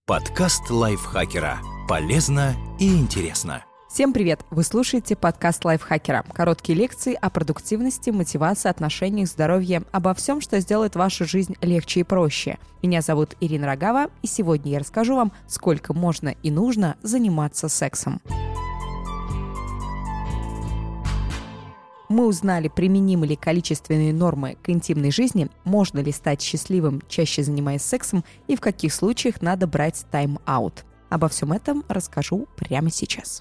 Подкаст лайфхакера. Полезно и интересно. Всем привет! Вы слушаете подкаст лайфхакера. Короткие лекции о продуктивности, мотивации, отношениях, здоровье, обо всем, что сделает вашу жизнь легче и проще. Меня зовут Ирина Рогава, и сегодня я расскажу вам, сколько можно и нужно заниматься сексом. Мы узнали, применимы ли количественные нормы к интимной жизни, можно ли стать счастливым, чаще занимаясь сексом, и в каких случаях надо брать тайм-аут. Обо всем этом расскажу прямо сейчас.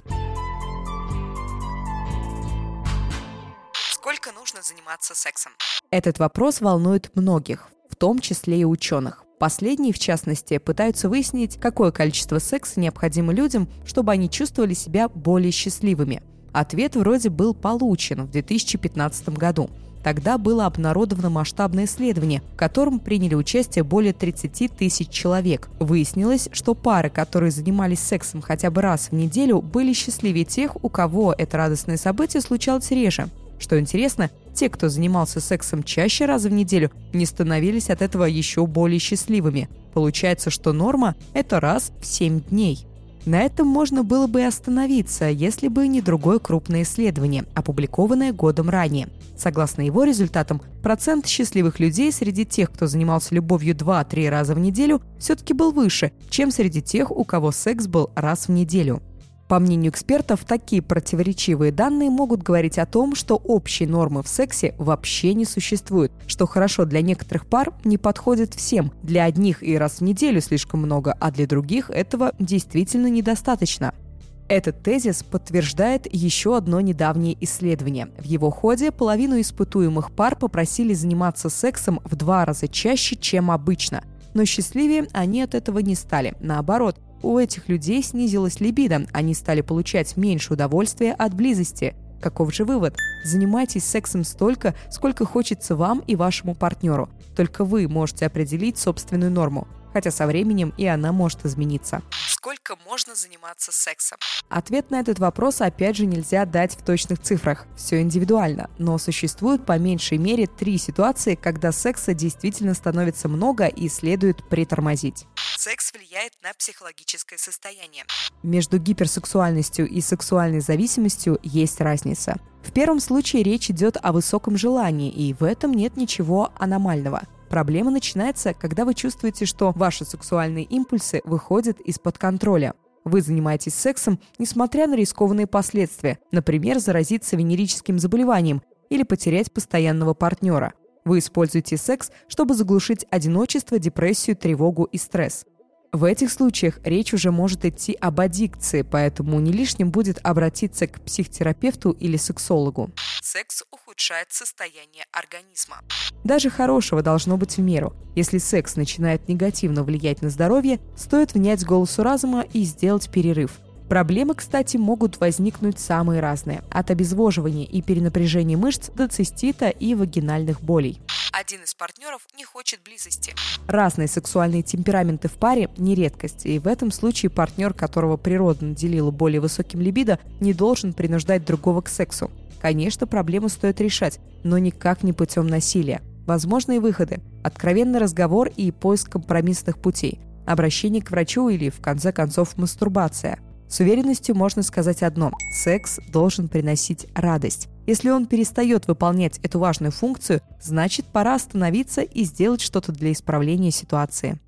Сколько нужно заниматься сексом? Этот вопрос волнует многих, в том числе и ученых. Последние, в частности, пытаются выяснить, какое количество секса необходимо людям, чтобы они чувствовали себя более счастливыми. Ответ вроде был получен в 2015 году. Тогда было обнародовано масштабное исследование, в котором приняли участие более 30 тысяч человек. Выяснилось, что пары, которые занимались сексом хотя бы раз в неделю, были счастливее тех, у кого это радостное событие случалось реже. Что интересно, те, кто занимался сексом чаще раза в неделю, не становились от этого еще более счастливыми. Получается, что норма – это раз в 7 дней. На этом можно было бы и остановиться, если бы не другое крупное исследование, опубликованное годом ранее. Согласно его результатам, процент счастливых людей среди тех, кто занимался любовью 2-3 раза в неделю, все-таки был выше, чем среди тех, у кого секс был раз в неделю. По мнению экспертов, такие противоречивые данные могут говорить о том, что общей нормы в сексе вообще не существует, что хорошо для некоторых пар не подходит всем. Для одних и раз в неделю слишком много, а для других этого действительно недостаточно. Этот тезис подтверждает еще одно недавнее исследование. В его ходе половину испытуемых пар попросили заниматься сексом в 2 раза чаще, чем обычно. Но счастливее они от этого не стали. Наоборот, у этих людей снизилась либидо, они стали получать меньше удовольствия от близости. Каков же вывод? Занимайтесь сексом столько, сколько хочется вам и вашему партнеру. Только вы можете определить собственную норму, хотя со временем и она может измениться. Сколько можно заниматься сексом? Ответ на этот вопрос опять же нельзя дать в точных цифрах. Все индивидуально, но существует по меньшей мере 3 ситуации, когда секса действительно становится много и следует притормозить. Секс влияет на психологическое состояние. Между гиперсексуальностью и сексуальной зависимостью есть разница. В первом случае речь идет о высоком желании, и в этом нет ничего аномального. Проблема начинается, когда вы чувствуете, что ваши сексуальные импульсы выходят из-под контроля. Вы занимаетесь сексом, несмотря на рискованные последствия, например, заразиться венерическим заболеванием или потерять постоянного партнера. Вы используете секс, чтобы заглушить одиночество, депрессию, тревогу и стресс. В этих случаях речь уже может идти об аддикции, поэтому не лишним будет обратиться к психотерапевту или сексологу. Секс ухудшает состояние организма. Даже хорошего должно быть в меру. Если секс начинает негативно влиять на здоровье, стоит внять голосу разума и сделать перерыв. Проблемы, кстати, могут возникнуть самые разные. От обезвоживания и перенапряжения мышц до цистита и вагинальных болей. Один из партнеров не хочет близости. Разные сексуальные темпераменты в паре – не редкость, и в этом случае партнер, которого природа наделила более высоким либидо, не должен принуждать другого к сексу. Конечно, проблему стоит решать, но никак не путем насилия. Возможные выходы – откровенный разговор и поиск компромиссных путей, обращение к врачу или, в конце концов, мастурбация. С уверенностью можно сказать одно – секс должен приносить радость. Если он перестает выполнять эту важную функцию, значит, пора остановиться и сделать что-то для исправления ситуации.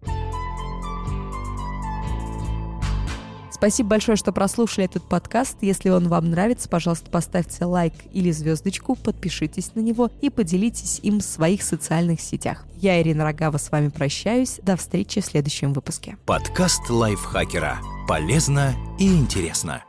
Спасибо большое, что прослушали этот подкаст. Если он вам нравится, пожалуйста, поставьте лайк или звездочку, подпишитесь на него и поделитесь им в своих социальных сетях. Я, Ирина Рогава, с вами прощаюсь. До встречи в следующем выпуске. Подкаст лайфхакера. Полезно и интересно.